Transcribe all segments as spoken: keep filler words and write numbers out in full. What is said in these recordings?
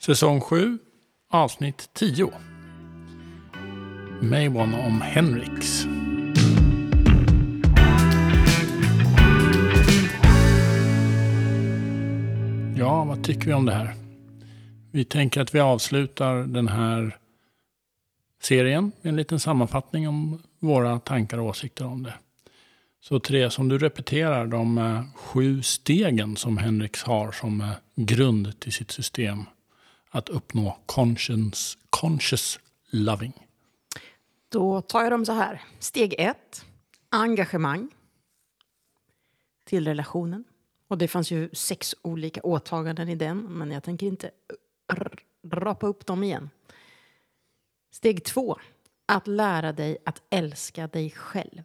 Säsong sju, avsnitt tio. Maywon om Henriks. Ja, vad tycker vi om det här? Vi tänker att vi avslutar den här serien med en liten sammanfattning om våra tankar och åsikter om det. Så Therese, om du repeterar de eh, sju stegen som Henriks har som eh, grund till sitt system att uppnå conscious, conscious loving. Då tar jag dem så här. Steg ett, engagemang till relationen. Och det fanns ju sex olika åtaganden i den, men jag tänker inte r- rapa upp dem igen. Steg två, att lära dig att älska dig själv.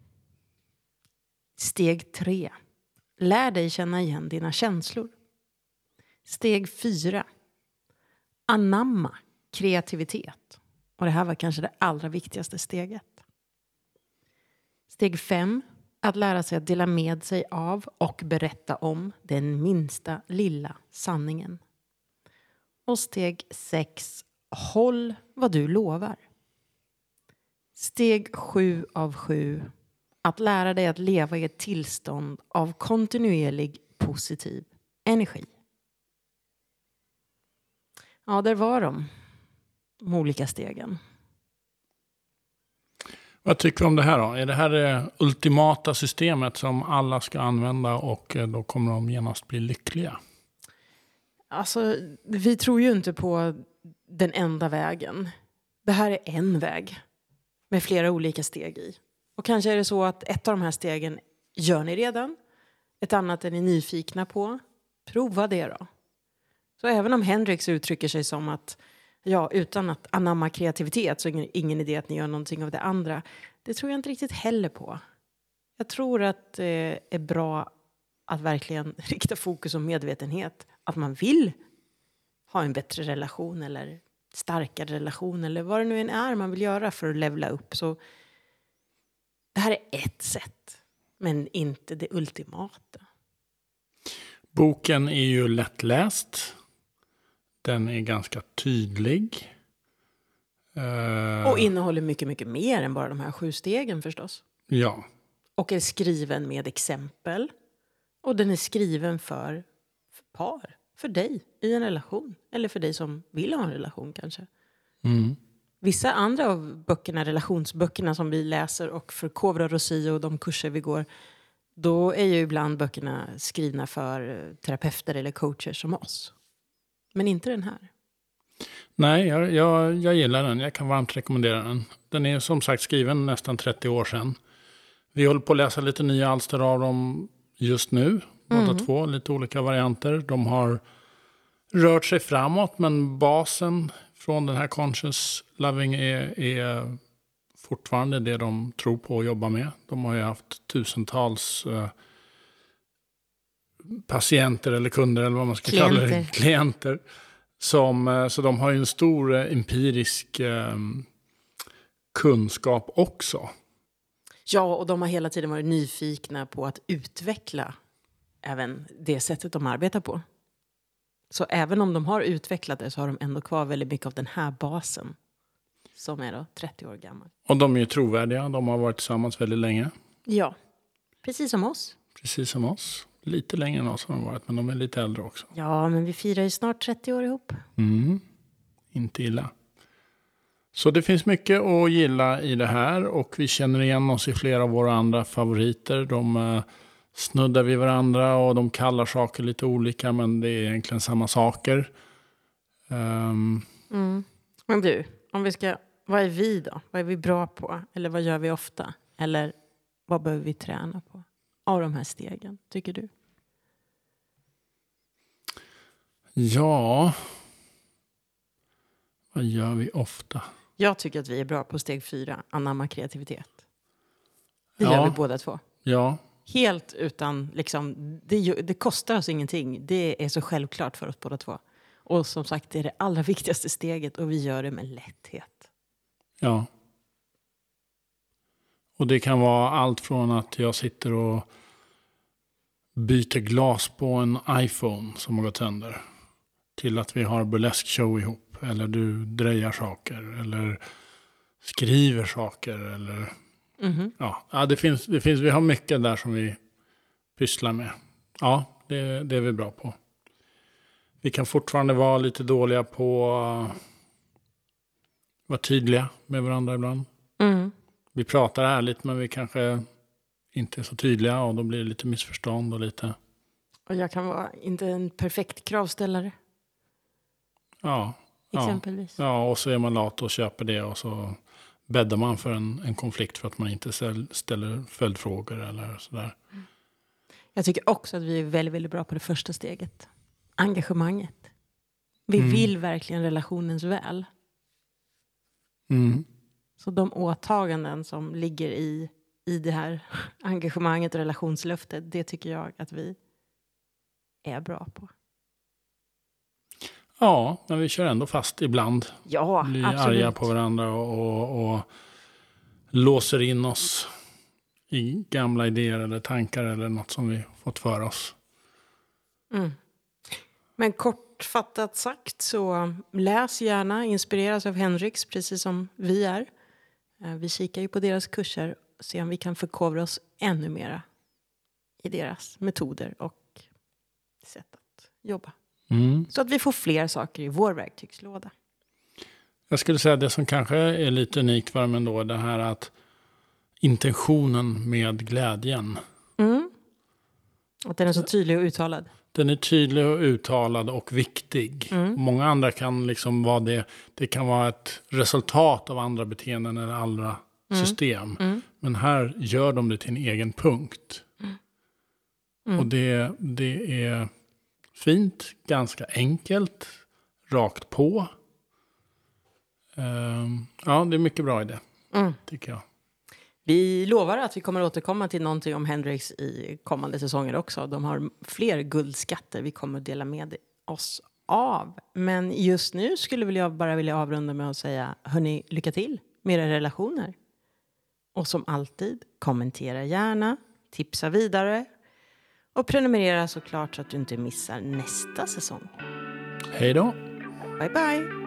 Steg tre, lär dig känna igen dina känslor. Steg fyra, anamma kreativitet. Och det här var kanske det allra viktigaste steget. Steg fem, att lära sig att dela med sig av och berätta om den minsta lilla sanningen. Och steg sex, håll vad du lovar. Steg sju av sju, att lära dig att leva i ett tillstånd av kontinuerlig positiv energi. Ja, där var de. De olika stegen. Vad tycker vi om det här då? Är det här det ultimata systemet som alla ska använda och då kommer de genast bli lyckliga? Alltså, vi tror ju inte på den enda vägen. Det här är en väg med flera olika steg i. Och kanske är det så att ett av de här stegen gör ni redan. Ett annat är ni nyfikna på. Prova det då. Så även om Henriks uttrycker sig som att ja, utan att anamma kreativitet så är det ingen idé att ni gör någonting av det andra. Det tror jag inte riktigt heller på. Jag tror att det är bra att verkligen rikta fokus och medvetenhet. Att man vill ha en bättre relation eller starkare relation eller vad det nu än är man vill göra för att levla upp. Så det här är ett sätt, men inte det ultimata. Boken är ju lättläst. Den är ganska tydlig. Uh, och innehåller mycket, mycket mer än bara de här sju stegen förstås. Ja. Och är skriven med exempel. Och den är skriven för, för par. För dig i en relation. Eller för dig som vill ha en relation kanske. Mm. Vissa andra av böckerna, relationsböckerna som vi läser och förkovrar oss i och de kurser vi går. Då är ju ibland böckerna skrivna för terapeuter eller coacher som oss. Men inte den här. Nej, jag, jag, jag gillar den. Jag kan varmt rekommendera den. Den är som sagt skriven nästan trettio år sedan. Vi håller på att läsa lite nya alster av dem just nu. Båda mm. två, lite olika varianter. De har rört sig framåt, men basen från den här conscious loving är, är fortfarande det de tror på och jobbar med. De har ju haft tusentals eh, patienter eller kunder eller vad man ska klienter. kalla det. Klienter. Som, så de har ju en stor empirisk eh, kunskap också. Ja, och de har hela tiden varit nyfikna på att utveckla även det sättet de arbetar på. Så även om de har utvecklat det så har de ändå kvar väldigt mycket av den här basen. Som är då trettio år gammal. Och de är ju trovärdiga, de har varit tillsammans väldigt länge. Ja, precis som oss. Precis som oss. Lite längre än oss har de varit, men de är lite äldre också. Ja, men vi firar ju snart trettio år ihop. Mm, inte illa. Så det finns mycket att gilla i det här och vi känner igen oss i flera av våra andra favoriter. De uh, snuddar vid varandra och de kallar saker lite olika, men det är egentligen samma saker. Um, mm. Men du, om vi ska, vad är vi då? Vad är vi bra på? Eller vad gör vi ofta? Eller vad behöver vi träna på? Av de här stegen, tycker du? Ja, vad gör vi ofta? Jag tycker att vi är bra på steg fyra, anamma kreativitet. Det ja. gör vi båda två. Ja. Helt utan, liksom, det, det kostar oss ingenting. Det är så självklart för oss båda två. Och som sagt, det är det allra viktigaste steget och vi gör det med lätthet. Ja. Och det kan vara allt från att jag sitter och byter glas på en iPhone som har gått sönder. till att vi har burlesk show ihop. Eller du drejar saker. Eller skriver saker. Eller, Mhm. ja, ja det, finns, det finns, vi har mycket där som vi pysslar med. Ja, det, det är vi bra på. Vi kan fortfarande vara lite dåliga på att vara tydliga med varandra ibland. Mm. Vi pratar ärligt men vi kanske inte är så tydliga och då blir det lite missförstånd och lite... Och jag kan vara inte en perfekt kravställare, Ja, ja, exempelvis. ja, och så är man lat och köper det och så bäddar man för en, en konflikt för att man inte ställ, ställer följdfrågor eller sådär. Jag tycker också att vi är väldigt, väldigt bra på det första steget. Engagemanget. Vi Mm. vill verkligen relationens väl. Mm. Så de åtaganden som ligger i, i det här engagemanget och relationslöftet, det tycker jag att vi är bra på. Ja, men vi kör ändå fast ibland. Ja, Blir absolut. arga på varandra och, och, och låser in oss i gamla idéer eller tankar eller något som vi fått för oss. Mm. Men kortfattat sagt så läs gärna, inspireras av Hendrix precis som vi är. Eh, Vi kikar ju på deras kurser och ser om vi kan förkovra oss ännu mera i deras metoder och sätt att jobba. Mm. Så att vi får fler saker i vår verktygslåda. Jag skulle säga att det som kanske är lite unikt för dem ändå är det här att intentionen med glädjen. Mm. Att den är så tydlig och uttalad. Den är tydlig och uttalad och viktig. Mm. Många andra kan liksom vara det. Det kan vara ett resultat av andra beteenden eller andra Mm. system. Mm. Men här gör de det till en egen punkt. Mm. Och det, det är fint, ganska enkelt, rakt på. Ehm, ja, det är mycket bra i det, Mm. tycker jag. Vi lovar att vi kommer att återkomma till någonting om Hendrix i kommande säsonger också. De har fler guldskatter vi kommer att dela med oss av. Men just nu skulle väl jag bara vilja avrunda med att säga, hörni, lycka till med era relationer. Och som alltid, kommentera gärna, tipsa vidare och prenumerera såklart så att du inte missar nästa säsong. Hej då! Bye bye!